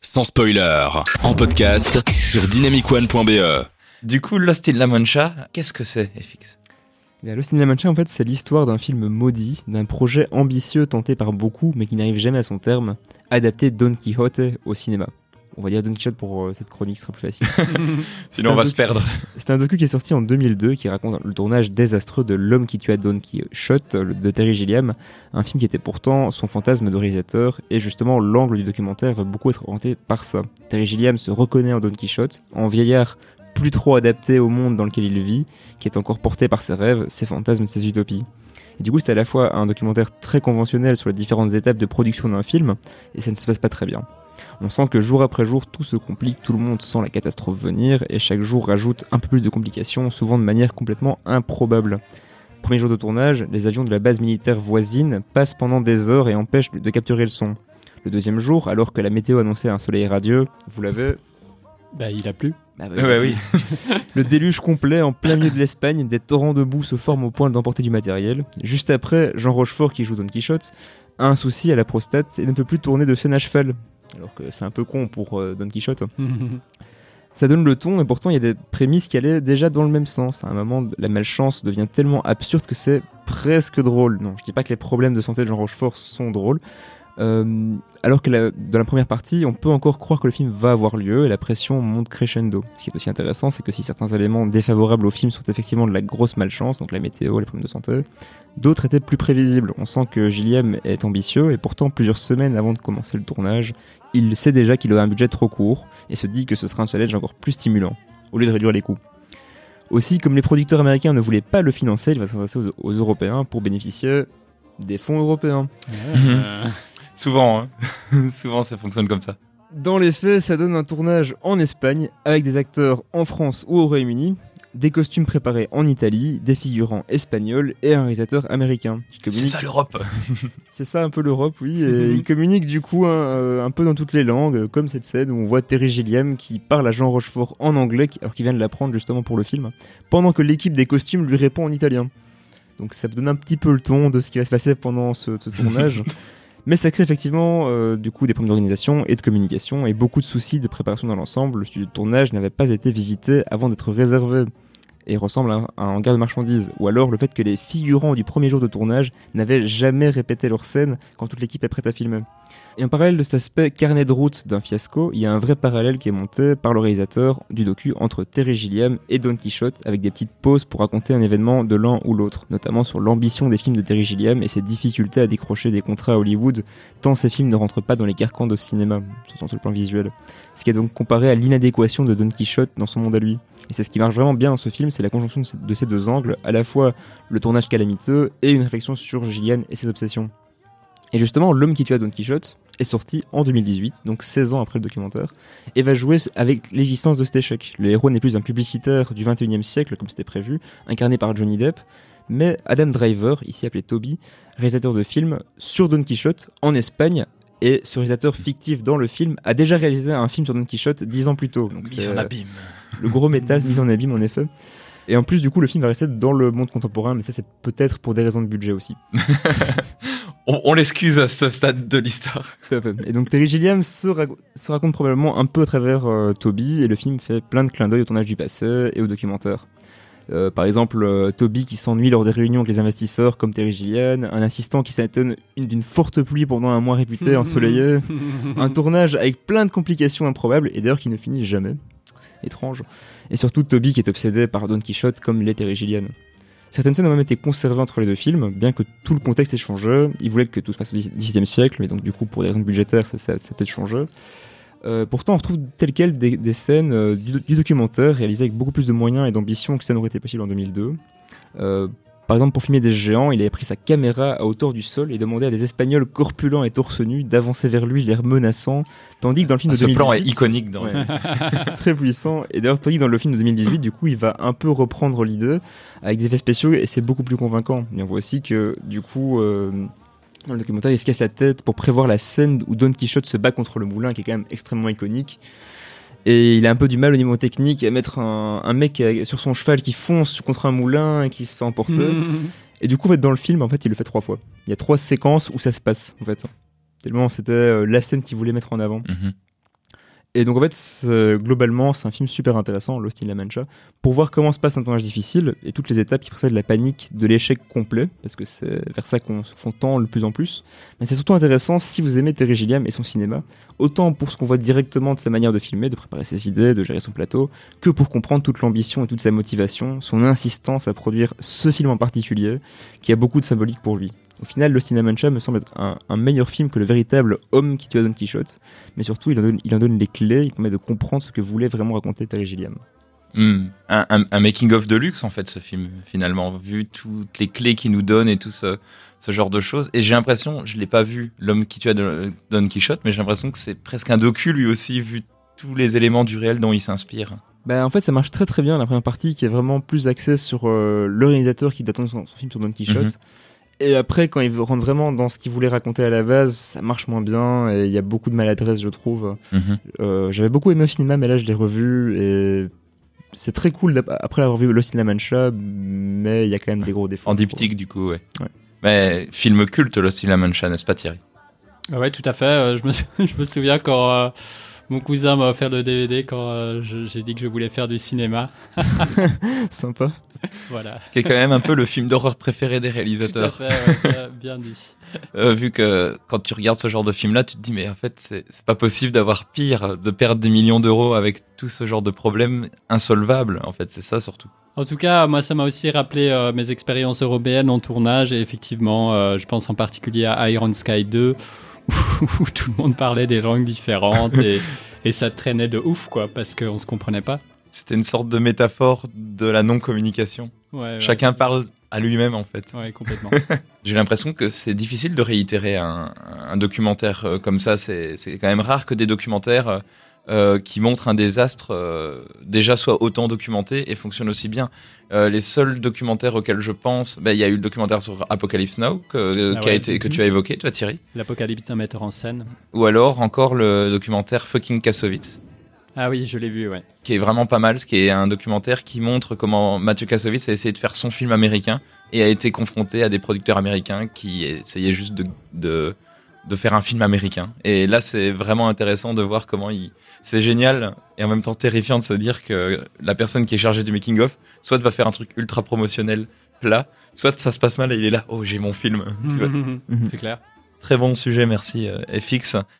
sans spoiler, en podcast sur dynamicone.be. Du coup, Lost in La Mancha, qu'est-ce que c'est, FX ? Lost in La Mancha, en fait, c'est l'histoire d'un film maudit, d'un projet ambitieux tenté par beaucoup, mais qui n'arrive jamais à son terme, adapter Don Quijote au cinéma. On va dire Don Quichotte pour cette chronique, ce sera plus facile. Sinon, on va se perdre. C'est un docu qui est sorti en 2002, qui raconte le tournage désastreux de L'homme qui tua Don Quichotte, de Terry Gilliam, un film qui était pourtant son fantasme de réalisateur, et justement, l'angle du documentaire va beaucoup être orienté par ça. Terry Gilliam se reconnaît en Don Quichotte, en vieillard plus trop adapté au monde dans lequel il vit, qui est encore porté par ses rêves, ses fantasmes, ses utopies. Et du coup, c'est à la fois un documentaire très conventionnel sur les différentes étapes de production d'un film, et ça ne se passe pas très bien. On sent que jour après jour, tout se complique, tout le monde sent la catastrophe venir, et chaque jour rajoute un peu plus de complications, souvent de manière complètement improbable. Premier jour de tournage, les avions de la base militaire voisine passent pendant des heures et empêchent de capturer le son. Le deuxième jour, alors que la météo annonçait un soleil radieux, vous l'avez... il a plu. Oui. Le déluge complet en plein milieu de l'Espagne, des torrents de boue se forment au point d'emporter du matériel. Juste après, Jean Rochefort, qui joue Don Quichotte, a un souci à la prostate et ne peut plus tourner de scène à cheval. Alors que c'est un peu con pour Don Quichotte. Ça donne le ton et pourtant il y a des prémices qui allaient déjà dans le même sens. À un moment, la malchance devient tellement absurde que c'est presque drôle. Non, je dis pas que les problèmes de santé de Jean Rochefort sont drôles. Alors que dans la première partie, on peut encore croire que le film va avoir lieu et la pression monte crescendo. Ce qui est aussi intéressant, c'est que si certains éléments défavorables au film sont effectivement de la grosse malchance, donc la météo, les problèmes de santé, d'autres étaient plus prévisibles. On sent que Gilliam est ambitieux et pourtant plusieurs semaines avant de commencer le tournage, il sait déjà qu'il a un budget trop court et se dit que ce sera un challenge encore plus stimulant, au lieu de réduire les coûts. Aussi, comme les producteurs américains ne voulaient pas le financer, il va s'adresser aux Européens pour bénéficier des fonds européens. Souvent, souvent ça fonctionne comme ça. Dans les faits, ça donne un tournage en Espagne, avec des acteurs en France ou au Royaume-Uni, des costumes préparés en Italie, des figurants espagnols et un réalisateur américain. C'est ça l'Europe. C'est ça un peu l'Europe, oui. Et il communique du coup un peu dans toutes les langues, comme cette scène où on voit Terry Gilliam qui parle à Jean Rochefort en anglais, alors qu'il vient de l'apprendre justement pour le film, pendant que l'équipe des costumes lui répond en italien. Donc ça donne un petit peu le ton de ce qui va se passer pendant ce tournage. Mais ça crée effectivement du coup des problèmes d'organisation et de communication et beaucoup de soucis de préparation dans l'ensemble. Le studio de tournage n'avait pas été visité avant d'être réservé et ressemble à un hangar de marchandises. Ou alors le fait que les figurants du premier jour de tournage n'avaient jamais répété leur scène quand toute l'équipe est prête à filmer. Et en parallèle de cet aspect carnet de route d'un fiasco, il y a un vrai parallèle qui est monté par le réalisateur du docu entre Terry Gilliam et Don Quichotte, avec des petites pauses pour raconter un événement de l'un ou l'autre, notamment sur l'ambition des films de Terry Gilliam et ses difficultés à décrocher des contrats à Hollywood, tant ces films ne rentrent pas dans les carcans de cinéma, surtout sur le plan visuel. Ce qui est donc comparé à l'inadéquation de Don Quichotte dans son monde à lui. Et c'est ce qui marche vraiment bien dans ce film, c'est la conjonction de ces deux angles, à la fois le tournage calamiteux et une réflexion sur Gilliam et ses obsessions. Et justement, L'homme qui tua Don Quichotte est sorti en 2018, donc 16 ans après le documentaire, et va jouer avec l'existence de cet échec. Le héros n'est plus un publicitaire du 21e siècle, comme c'était prévu, incarné par Johnny Depp, mais Adam Driver, ici appelé Toby, réalisateur de films sur Don Quichotte en Espagne, et ce réalisateur fictif dans le film a déjà réalisé un film sur Don Quichotte 10 ans plus tôt. Donc mise en abîme. Le gros méta, mise en abîme en effet. Et en plus, du coup, le film va rester dans le monde contemporain, mais ça, c'est peut-être pour des raisons de budget aussi. On l'excuse à ce stade de l'histoire. Et donc, Terry Gilliam se raconte probablement un peu à travers Toby, et le film fait plein de clins d'œil au tournage du passé et au documentaire. Par exemple, Toby qui s'ennuie lors des réunions avec les investisseurs, comme Terry Gilliam, un assistant qui s'étonne d'une forte pluie pendant un mois réputé ensoleillé, un tournage avec plein de complications improbables, et d'ailleurs qui ne finit jamais. Étrange. Et surtout Toby qui est obsédé par Don Quichotte comme l'est Terry Gilliam. Certaines scènes ont même été conservées entre les deux films, bien que tout le contexte ait changé. Ils voulaient que tout se passe au XVIIe siècle, mais donc du coup pour des raisons budgétaires ça peut-être changé. Pourtant on retrouve telles quelles des scènes du documentaire réalisées avec beaucoup plus de moyens et d'ambition que ça n'aurait été possible en 2002. Par exemple, pour filmer des géants, il avait pris sa caméra à hauteur du sol et demandé à des Espagnols corpulents et torse nu d'avancer vers lui, l'air menaçant, tandis que dans le film de 2018... Ce plan est iconique. Très puissant. Et d'ailleurs, tandis que dans le film de 2018, du coup, il va un peu reprendre l'idée avec des effets spéciaux et c'est beaucoup plus convaincant. Et on voit aussi que, du coup... dans le documentaire, il se casse la tête pour prévoir la scène où Don Quichotte se bat contre le moulin, qui est quand même extrêmement iconique. Et il a un peu du mal au niveau technique à mettre un mec sur son cheval qui fonce contre un moulin et qui se fait emporter. Et du coup, en fait, dans le film, en fait, il le fait 3 fois. Il y a 3 séquences où ça se passe, en fait. Tellement c'était la scène qu'il voulait mettre en avant. Et donc en fait, globalement, c'est un film super intéressant, Lost in La Mancha, pour voir comment se passe un tournage difficile et toutes les étapes qui précèdent la panique de l'échec complet, parce que c'est vers ça qu'on tend de plus en plus. Mais c'est surtout intéressant si vous aimez Terry Gilliam et son cinéma, autant pour ce qu'on voit directement de sa manière de filmer, de préparer ses idées, de gérer son plateau, que pour comprendre toute l'ambition et toute sa motivation, son insistance à produire ce film en particulier, qui a beaucoup de symbolique pour lui. Au final, Lost in La Mancha me semble être un meilleur film que le véritable homme qui tua Don Quichotte, mais surtout il en donne les clés, il permet de comprendre ce que voulait vraiment raconter Terry Gilliam. Un making-of de luxe en fait ce film, finalement, vu toutes les clés qu'il nous donne et tout ce genre de choses. Et j'ai l'impression, je l'ai pas vu, l'homme qui tua Don Quichotte, mais j'ai l'impression que c'est presque un docu lui aussi, vu tous les éléments du réel dont il s'inspire. En fait, ça marche très très bien, la première partie qui est vraiment plus axée sur le réalisateur qui doit tourner son film sur Don Quichotte. Et après, quand il rentre vraiment dans ce qu'il voulait raconter à la base, ça marche moins bien et il y a beaucoup de maladresse, je trouve. J'avais beaucoup aimé au cinéma, mais là, je l'ai revu et c'est très cool après avoir vu Lost in La Mancha, mais il y a quand même des gros défauts. En diptyque, du coup, ouais. Mais film culte, Lost in La Mancha, n'est-ce pas, Thierry ? Ouais, tout à fait. Je me souviens quand mon cousin m'a offert le DVD quand j'ai dit que je voulais faire du cinéma. Sympa. Voilà. Qui est quand même un peu le film d'horreur préféré des réalisateurs. Tout à fait, bien dit. Vu que quand tu regardes ce genre de film-là, tu te dis, mais en fait, c'est pas possible d'avoir pire, de perdre des millions d'euros avec tout ce genre de problèmes insolvables. En fait, c'est ça surtout. En tout cas, moi, ça m'a aussi rappelé mes expériences européennes en tournage. Et effectivement, je pense en particulier à Iron Sky 2, où tout le monde parlait des langues différentes et ça traînait de ouf, quoi, parce qu'on se comprenait pas. C'était une sorte de métaphore de la non-communication. Ouais, Chacun parle à lui-même, en fait. Ouais, complètement. J'ai l'impression que c'est difficile de réitérer un documentaire comme ça. C'est quand même rare que des documentaires qui montrent un désastre déjà soient autant documentés et fonctionnent aussi bien. Les seuls documentaires auxquels je pense, il y a eu le documentaire sur Apocalypse Now que tu as évoqué, toi, Thierry. L'Apocalypse d'un metteur en scène. Ou alors encore le documentaire Fucking Kassovitz. Ah oui, je l'ai vu, ouais. Qui est vraiment pas mal, ce qui est un documentaire qui montre comment Mathieu Kassovitz a essayé de faire son film américain et a été confronté à des producteurs américains qui essayaient juste de faire un film américain. Et là, c'est vraiment intéressant de voir comment c'est génial et en même temps terrifiant de se dire que la personne qui est chargée du making-of, soit va faire un truc ultra promotionnel plat, soit ça se passe mal et il est là, oh, j'ai mon film. Tu vois. C'est clair. Très bon sujet, merci FX.